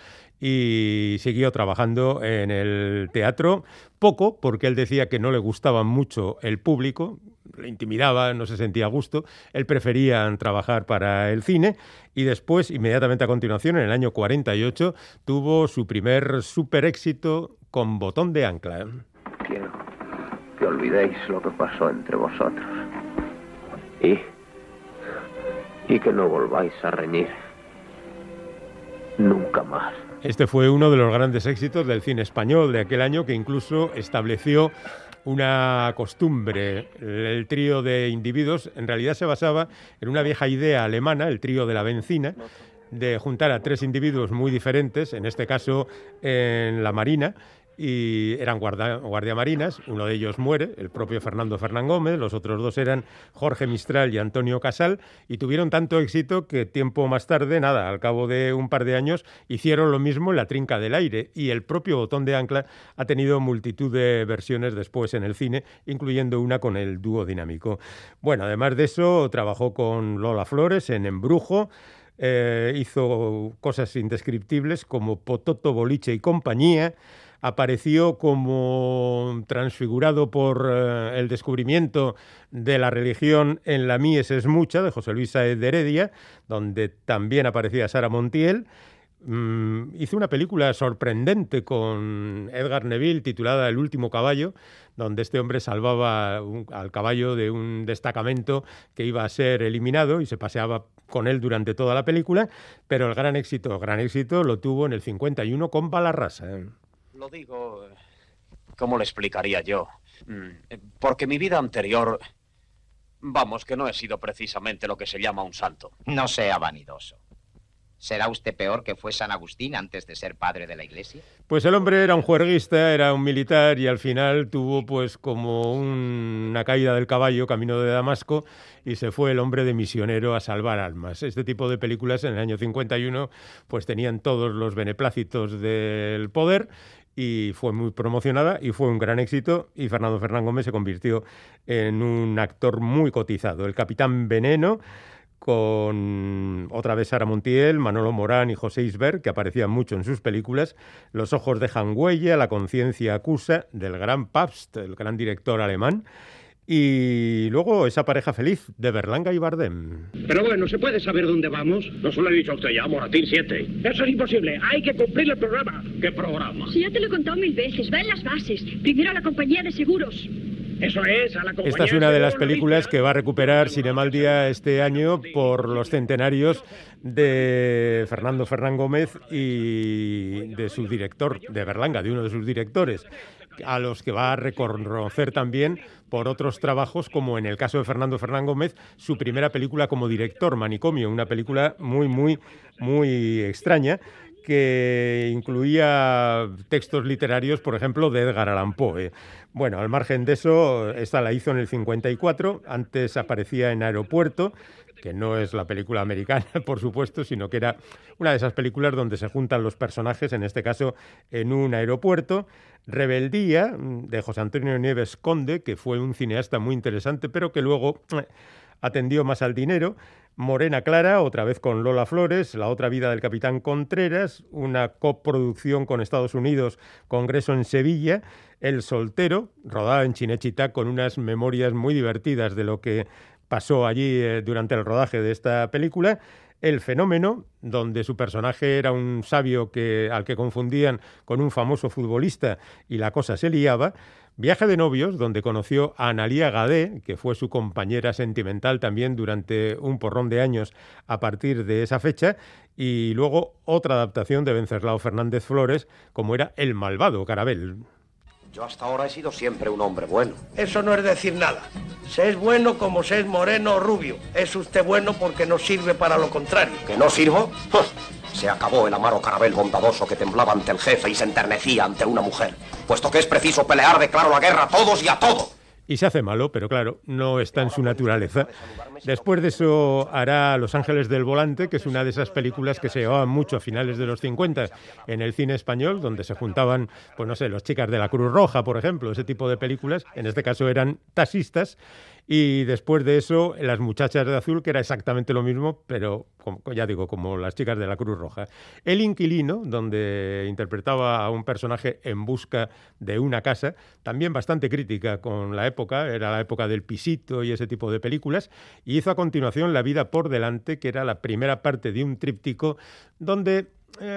[SPEAKER 2] y siguió trabajando en el teatro. Poco, porque él decía que no le gustaba mucho el público, le intimidaba, no se sentía a gusto. Él prefería trabajar para el cine y después, inmediatamente a continuación, en el año 48, tuvo su primer super éxito con Botón de ancla.
[SPEAKER 16] Quiero que olvidéis lo que pasó entre vosotros y que no volváis a reñir nunca más.
[SPEAKER 2] Este fue uno de los grandes éxitos del cine español de aquel año, que incluso estableció una costumbre. El trío de individuos en realidad se basaba en una vieja idea alemana, el trío de la bencina, de juntar a 3 individuos muy diferentes, en este caso en la Marina, y eran guardiamarinas. Uno de ellos muere, el propio Fernando Fernán Gómez, los otros 2 eran Jorge Mistral y Antonio Casal, y tuvieron tanto éxito que tiempo más tarde, al cabo de un par de años, hicieron lo mismo en La trinca del aire, y el propio Botón de ancla ha tenido multitud de versiones después en el cine, incluyendo una con el dúo dinámico. Bueno, además de eso, trabajó con Lola Flores en Embrujo, hizo cosas indescriptibles como Pototo, Boliche y compañía. Apareció como transfigurado por el descubrimiento de la religión en La mies es mucha, de José Luis Sáez de Heredia, donde también aparecía Sara Montiel. Hizo una película sorprendente con Edgar Neville titulada El último caballo, donde este hombre salvaba al caballo de un destacamento que iba a ser eliminado y se paseaba con él durante toda la película, pero el gran éxito lo tuvo en el 51 con Balarrasa.
[SPEAKER 17] Lo digo ¿Cómo le explicaría yo? Porque mi vida anterior... Vamos, que no he sido precisamente lo que se llama un santo.
[SPEAKER 18] No sea vanidoso. ¿Será usted peor que fue San Agustín antes de ser padre de la Iglesia?
[SPEAKER 2] Pues el hombre era un juerguista, era un militar y al final tuvo pues como una caída del caballo camino de Damasco y se fue el hombre de misionero a salvar almas. Este tipo de películas en el año 51 pues tenían todos los beneplácitos del poder y fue muy promocionada y fue un gran éxito y Fernando Fernán Gómez se convirtió en un actor muy cotizado. El Capitán Veneno, con otra vez Sara Montiel, Manolo Morán y José Isbert, que aparecían mucho en sus películas. Los ojos dejan huella, La conciencia acusa, del gran Pabst, el gran director alemán. Y luego esa pareja feliz de Berlanga y Bardem.
[SPEAKER 19] Pero bueno, ¿se puede saber dónde vamos? No se lo he dicho a usted ya, Moratín 7. Eso es imposible, hay que cumplir el programa. ¿Qué programa?
[SPEAKER 15] Si ya te lo he contado 1000 veces, va en las bases. Primero a la compañía de seguros.
[SPEAKER 19] Eso es, a la compañía.
[SPEAKER 2] Esta es una de las películas que va a recuperar Cinema al Día este año por los centenarios de Fernando Fernán Gómez y de su director, de Berlanga, de uno de sus directores, a los que va a reconocer también por otros trabajos, como en el caso de Fernando Fernán Gómez, su primera película como director, Manicomio, una película muy extraña, que incluía textos literarios, por ejemplo, de Edgar Allan Poe. Bueno, al margen de eso, esta la hizo en el 54, antes aparecía en Aeropuerto, que no es la película americana, por supuesto, sino que era una de esas películas donde se juntan los personajes, en este caso en un aeropuerto. Rebeldía, de José Antonio Nieves Conde, que fue un cineasta muy interesante, pero que luego atendió más al dinero. Morena Clara, otra vez con Lola Flores, La otra vida del capitán Contreras, una coproducción con Estados Unidos, Congreso en Sevilla. El soltero, rodada en Chinechita, con unas memorias muy divertidas de lo que pasó allí durante el rodaje de esta película. El fenómeno, donde su personaje era un sabio al que confundían con un famoso futbolista y la cosa se liaba. Viaje de novios, donde conoció a Analía Gadé, que fue su compañera sentimental también durante un porrón de años a partir de esa fecha. Y luego otra adaptación de Venceslao Fernández Flores, como era El malvado Carabel.
[SPEAKER 20] Yo hasta ahora he sido siempre un hombre bueno.
[SPEAKER 19] Eso no es decir nada. Se es bueno como se es moreno o rubio. Es usted bueno porque no sirve para lo contrario.
[SPEAKER 20] ¿Que no sirvo? Se acabó el amaro Carabel bondadoso que temblaba ante el jefe y se enternecía ante una mujer. Puesto que es preciso pelear, declaro la guerra a todos y a todo.
[SPEAKER 2] Y se hace malo, pero claro, no está en su naturaleza. Después de eso hará Los Ángeles del Volante, que es una de esas películas que se llevaban mucho a finales de los 50 en el cine español, donde se juntaban, pues no sé, los chicas de la Cruz Roja, por ejemplo, ese tipo de películas. En este caso eran taxistas. Y después de eso, Las muchachas de azul, que era exactamente lo mismo, pero ya digo, como las chicas de la Cruz Roja. El inquilino, donde interpretaba a un personaje en busca de una casa, también bastante crítica con la época, era la época del pisito y ese tipo de películas, y hizo a continuación La vida por delante, que era la primera parte de un tríptico donde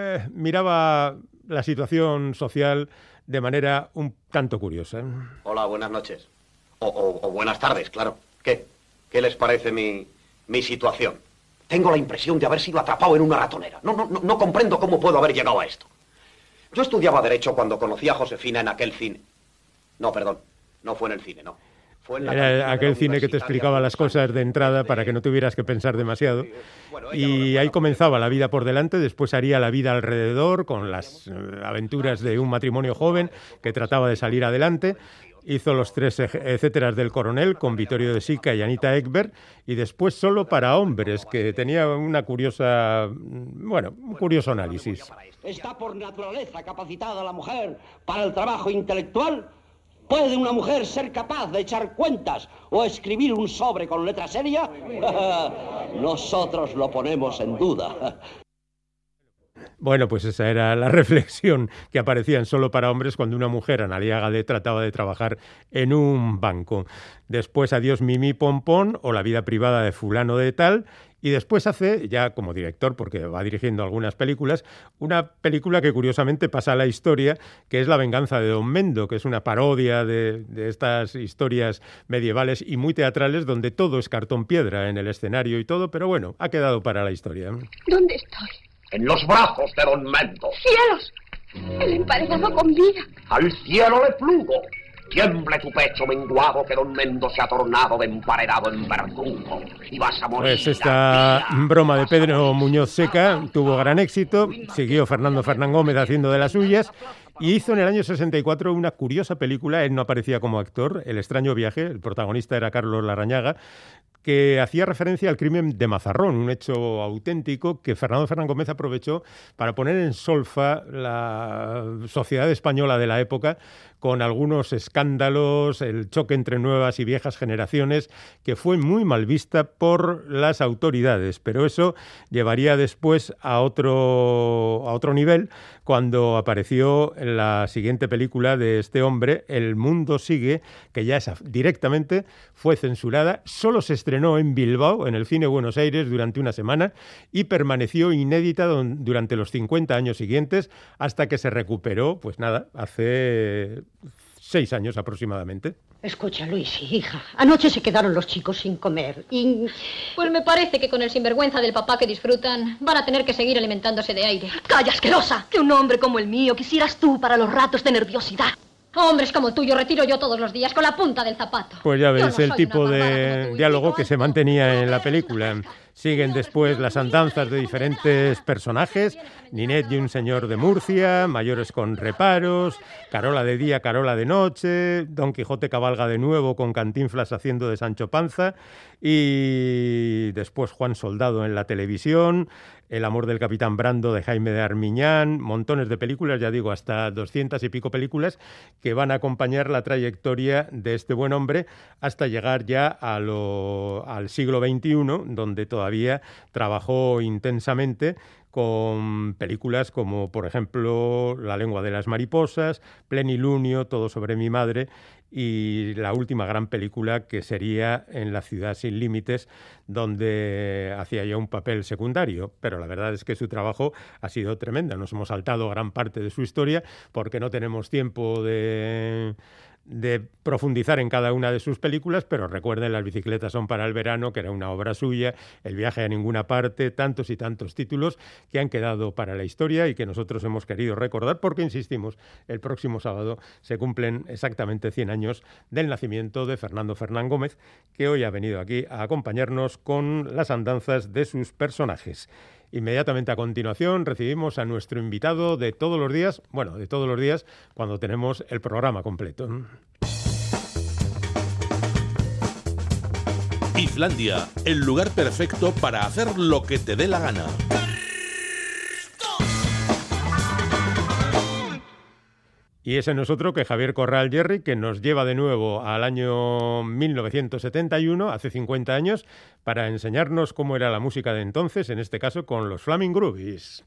[SPEAKER 2] miraba la situación social de manera un tanto curiosa.
[SPEAKER 20] Hola, buenas noches. O buenas tardes, claro. ¿Qué les parece mi situación? Tengo la impresión de haber sido atrapado en una ratonera. No comprendo cómo puedo haber llegado a esto. Yo estudiaba Derecho cuando conocí a Josefina en aquel cine. No, perdón, no fue en el cine, no. Fue en
[SPEAKER 2] Era aquel cine que te explicaba las cosas de entrada para que no tuvieras que pensar demasiado. Y ahí comenzaba La vida por delante, después haría La vida alrededor, con las aventuras de un matrimonio joven que trataba de salir adelante. Hizo Los tres etcéteras del coronel con Vittorio De Sica y Anita Ekberg, y después Solo para hombres, que tenía un curioso análisis.
[SPEAKER 19] ¿Está por naturaleza capacitada la mujer para el trabajo intelectual? ¿Puede una mujer ser capaz de echar cuentas o escribir un sobre con letra seria? Nosotros lo ponemos en duda.
[SPEAKER 2] Bueno, pues esa era la reflexión que aparecía en Solo para hombres cuando una mujer, Analía Gadé, trataba de trabajar en un banco. Después Adiós Mimi Pompón o La vida privada de fulano de tal. Y después hace, ya como director, porque va dirigiendo algunas películas, una película que curiosamente pasa a la historia, que es La venganza de Don Mendo, que es una parodia de estas historias medievales y muy teatrales, donde todo es cartón piedra en el escenario y todo, pero bueno, ha quedado para la historia.
[SPEAKER 15] ¿Dónde estoy?
[SPEAKER 20] En los brazos de Don Mendo.
[SPEAKER 15] ¡Cielos! El emparedado con vida.
[SPEAKER 20] Al cielo le plugo. Tiemble tu pecho menguado, que don Mendo se ha tornado de emparedado en verdugo. Y vas a morir.
[SPEAKER 2] Pues esta broma de Pedro Muñoz Seca tuvo gran éxito. Siguió Fernando Fernán Gómez haciendo de las suyas. Y hizo en el año 64 una curiosa película, él no aparecía como actor, El extraño viaje, el protagonista era Carlos Larrañaga, que hacía referencia al crimen de Mazarrón, un hecho auténtico que Fernando Fernán Gómez aprovechó para poner en solfa la sociedad española de la época con algunos escándalos, el choque entre nuevas y viejas generaciones, que fue muy mal vista por las autoridades, pero eso llevaría después a otro nivel cuando apareció en la siguiente película de este hombre, El mundo sigue, que ya directamente fue censurada, solo se estrenó en Bilbao, en el Cine Buenos Aires, durante una semana y permaneció inédita durante los 50 años siguientes hasta que se recuperó, pues nada, hace 6 años aproximadamente.
[SPEAKER 21] Escucha, Luis, hija, anoche se quedaron los chicos sin comer y...
[SPEAKER 22] Pues me parece que con el sinvergüenza del papá que disfrutan van a tener que seguir alimentándose de aire.
[SPEAKER 21] ¡Calla, asquerosa! Que un hombre como el mío quisieras tú para los ratos de nerviosidad.
[SPEAKER 22] Hombres como tú yo retiro yo todos los días con la punta del zapato.
[SPEAKER 2] Pues ya ves, el tipo de diálogo que se mantenía en la película. Siguen después las andanzas de diferentes personajes, Ninette y un señor de Murcia, Mayores con reparos, Carola de día, Carola de noche, Don Quijote cabalga de nuevo con Cantinflas haciendo de Sancho Panza y después Juan Soldado en la televisión, El amor del capitán Brando de Jaime de Armiñán, montones de películas, ya digo, hasta 200 y pico películas que van a acompañar la trayectoria de este buen hombre hasta llegar ya al siglo XXI, donde todavía trabajó intensamente con películas como, por ejemplo, La lengua de las mariposas, Plenilunio, Todo sobre mi madre y la última gran película que sería En la ciudad sin límites, donde hacía ya un papel secundario, pero la verdad es que su trabajo ha sido tremendo. Nos hemos saltado gran parte de su historia porque no tenemos tiempo de profundizar en cada una de sus películas, pero recuerden Las bicicletas son para el verano, que era una obra suya, El viaje a ninguna parte, tantos y tantos títulos que han quedado para la historia y que nosotros hemos querido recordar porque, insistimos, el próximo sábado se cumplen exactamente 100 años del nacimiento de Fernando Fernán Gómez, que hoy ha venido aquí a acompañarnos con las andanzas de sus personajes. Inmediatamente a continuación recibimos a nuestro invitado de todos los días, cuando tenemos el programa completo.
[SPEAKER 14] Islandia, el lugar perfecto para hacer lo que te dé la gana.
[SPEAKER 2] Y ese no es otro que Javier Corral Jerry, que nos lleva de nuevo al año 1971, hace 50 años, para enseñarnos cómo era la música de entonces, en este caso con los Flaming Groovies.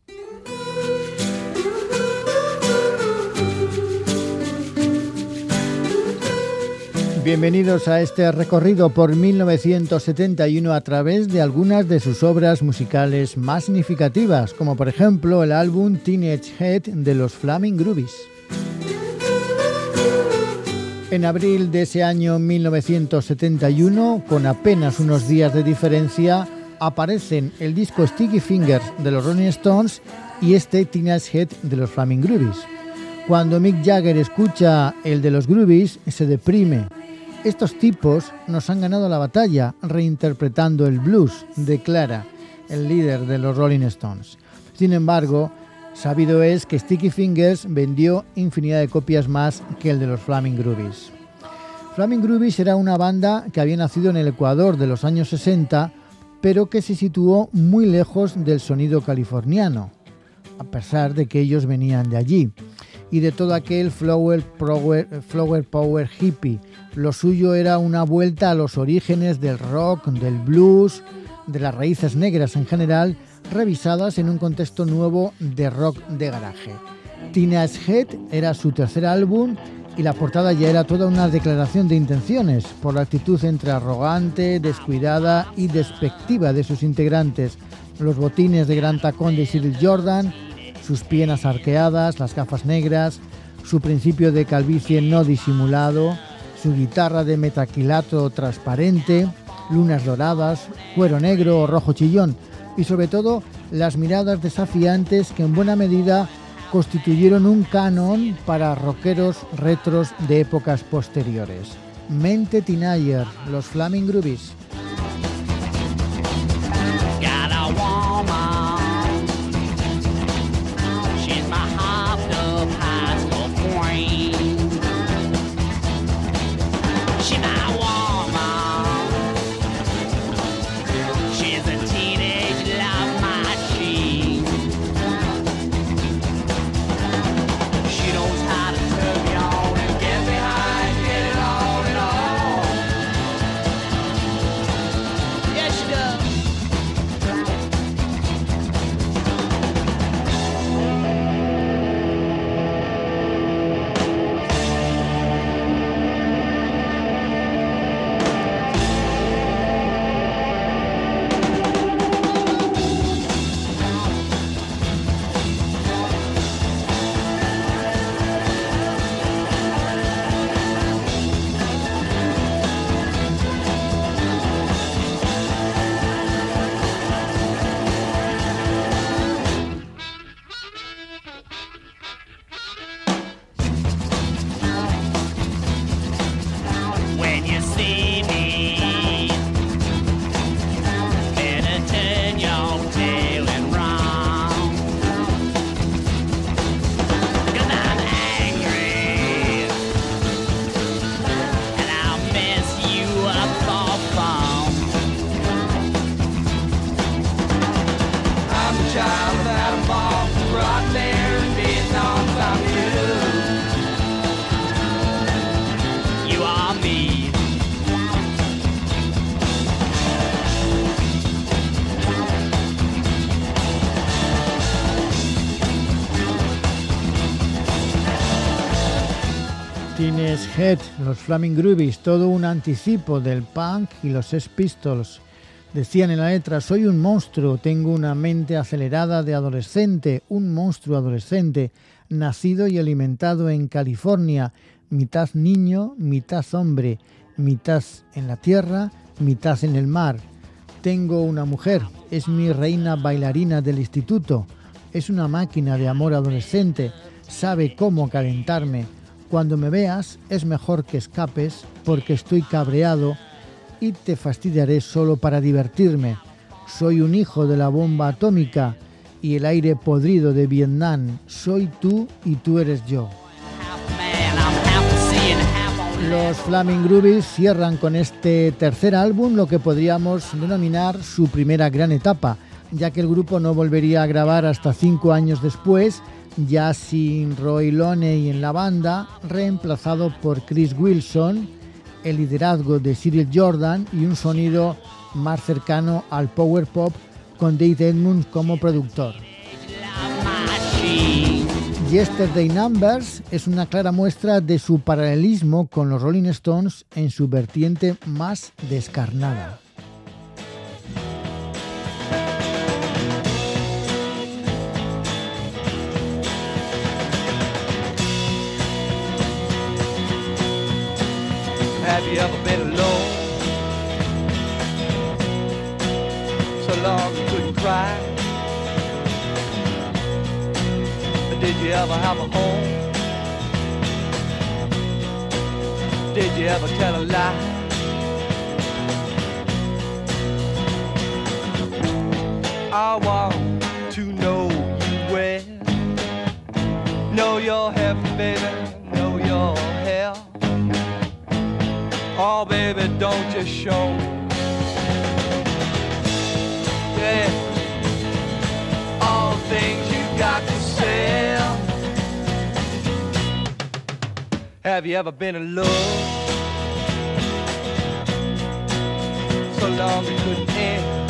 [SPEAKER 23] Bienvenidos a este recorrido por 1971 a través de algunas de sus obras musicales más significativas, como por ejemplo el álbum Teenage Head de los Flaming Groovies. En abril de ese año 1971, con apenas unos días de diferencia, aparecen el disco Sticky Fingers de los Rolling Stones y este Teenage Head de los Flaming Groovies. Cuando Mick Jagger escucha el de los Groovies, se deprime. Estos tipos nos han ganado la batalla reinterpretando el blues, declara el líder de los Rolling Stones. Sin embargo, sabido es que Sticky Fingers vendió infinidad de copias más que el de los Flaming Groovies. Flaming Groovies era una banda que había nacido en el Ecuador de los años 60, pero que se situó muy lejos del sonido californiano, a pesar de que ellos venían de allí, y de todo aquel flower power hippie. Lo suyo era una vuelta a los orígenes del rock, del blues, de las raíces negras en general, revisadas en un contexto nuevo de rock de garaje. Teenage Head era su tercer álbum y la portada ya era toda una declaración de intenciones por la actitud entre arrogante, descuidada y despectiva de sus integrantes, los botines de gran tacón de Cyril Jordan, sus piernas arqueadas, las gafas negras, su principio de calvicie no disimulado, su guitarra de metacrilato transparente, lunas doradas, cuero negro o rojo chillón y sobre todo las miradas desafiantes que en buena medida constituyeron un canon para rockeros retros de épocas posteriores. Mente Teenager, los Flaming Groovies. Teenage Head, los Flaming Groovies, todo un anticipo del punk y los Sex Pistols. Decían en la letra: soy un monstruo, tengo una mente acelerada de adolescente, un monstruo adolescente, nacido y alimentado en California, mitad niño, mitad hombre, mitad en la tierra, mitad en el mar. Tengo una mujer, es mi reina bailarina del instituto, es una máquina de amor adolescente, sabe cómo calentarme. Cuando me veas es mejor que escapes porque estoy cabreado y te fastidiaré solo para divertirme. Soy un hijo de la bomba atómica y el aire podrido de Vietnam. Soy tú y tú eres yo. Los Flaming Groovies cierran con este tercer álbum lo que podríamos denominar su primera gran etapa, ya que el grupo no volvería a grabar hasta 5 años después, ya sin Roy Loney en la banda, reemplazado por Chris Wilson, el liderazgo de Cyril Jordan y un sonido más cercano al power pop con Dave Edmunds como productor. Yesterday Numbers es una clara muestra de su paralelismo con los Rolling Stones en su vertiente más descarnada.
[SPEAKER 3] Have you ever been alone? So long you couldn't cry. Did you ever have a home? Did you ever tell a lie? I want to know you well. Know your heaven, baby, know your hell. Oh, baby, don't just show. Yeah, all things you got to sell. Have you ever been in love? So long it couldn't end.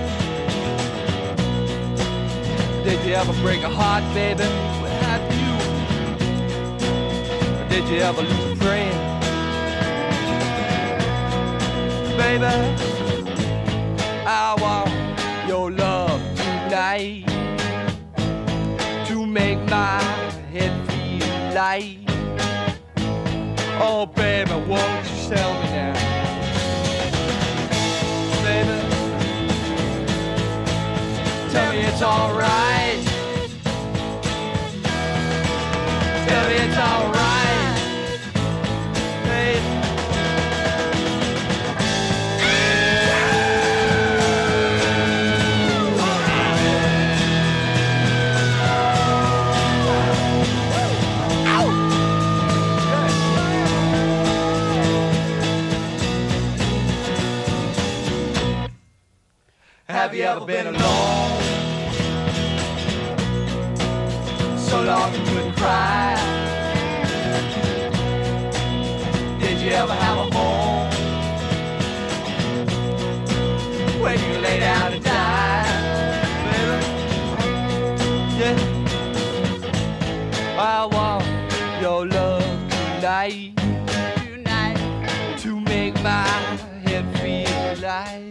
[SPEAKER 3] Did you ever break a heart, baby? What have you? Or did you ever lose a friend? Baby, I want your love tonight to make my head feel light. Oh, baby, won't you tell me now? Baby, tell me it's alright. tell me it's alright. Hey. Have you ever been alone? So long you couldn't cry. Did you ever have a home where you could lay down and die, baby? Yeah. I want your love tonight, to make my head feel light.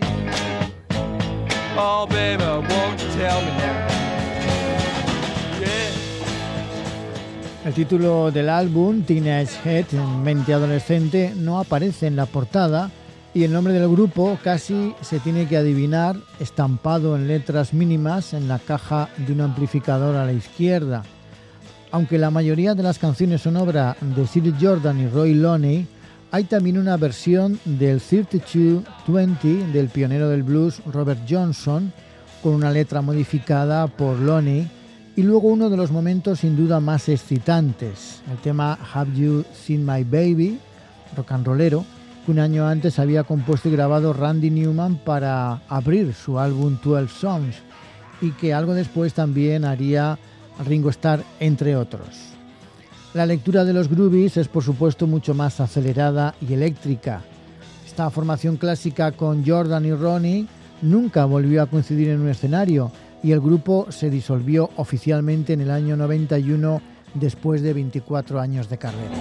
[SPEAKER 3] Oh, baby, won't you tell me now? Yeah.
[SPEAKER 23] El título del álbum, Teenage Head, mente adolescente, no aparece en la portada y el nombre del grupo casi se tiene que adivinar estampado en letras mínimas en la caja de un amplificador a la izquierda. Aunque la mayoría de las canciones son obra de Cyril Jordan y Roy Loney, hay también una versión del 3220 del pionero del blues Robert Johnson, con una letra modificada por Loney, y luego uno de los momentos sin duda más excitantes, el tema Have You Seen My Baby, rock and rollero, que un año antes había compuesto y grabado Randy Newman para abrir su álbum 12 Songs, y que algo después también haría Ringo Starr, entre otros. La lectura de los groovies es por supuesto mucho más acelerada y eléctrica. Esta formación clásica con Jordan y Ronnie nunca volvió a coincidir en un escenario y el grupo se disolvió oficialmente en el año 91 después de 24 años de carrera.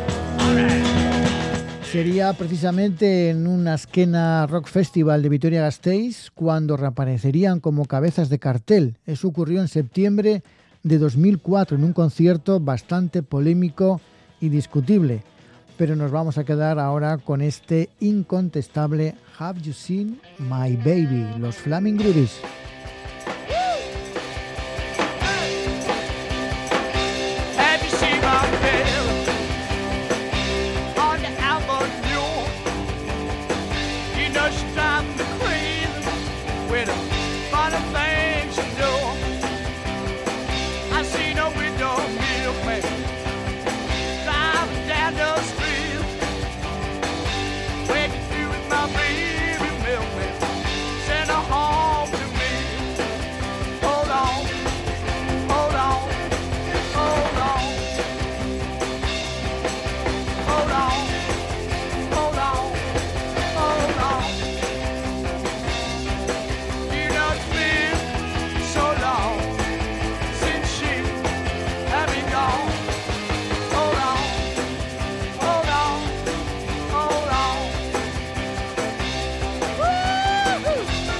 [SPEAKER 23] Sería precisamente en un Asquena Rock Festival de Vitoria-Gasteiz cuando reaparecerían como cabezas de cartel. Eso ocurrió en septiembre de 2004 en un concierto bastante polémico y discutible, pero nos vamos a quedar ahora con este incontestable Have You Seen My Baby, los Flaming Groovies.
[SPEAKER 3] Have you seen my baby on the avenue? You know she drives me crazy with a funny thing she do. I seen her with your milkman driving down the street. Where you do with my baby milkman? Send her home to me. Hold on, hold on, hold on, hold on, hold on, hold on. You know it's been so long since she had been gone. Hold on, hold on, hold on. Woo-hoo!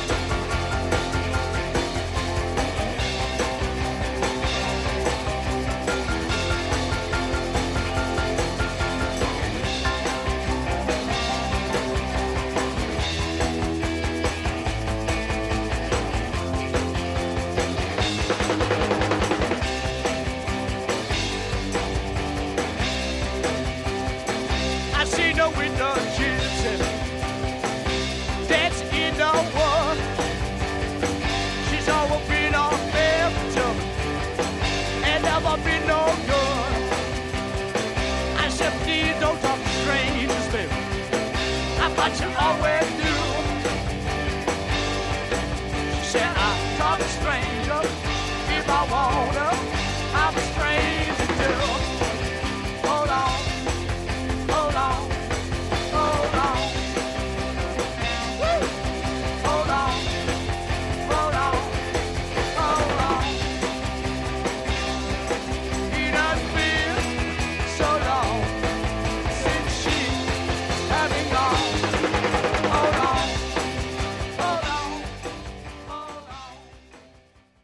[SPEAKER 3] I seen her with the gypsy dancing in the wood. She's always been on fair to me and never been no good. I said, please don't talk to strangers, baby. I thought you always knew. She said, I talk to strangers if I wanna.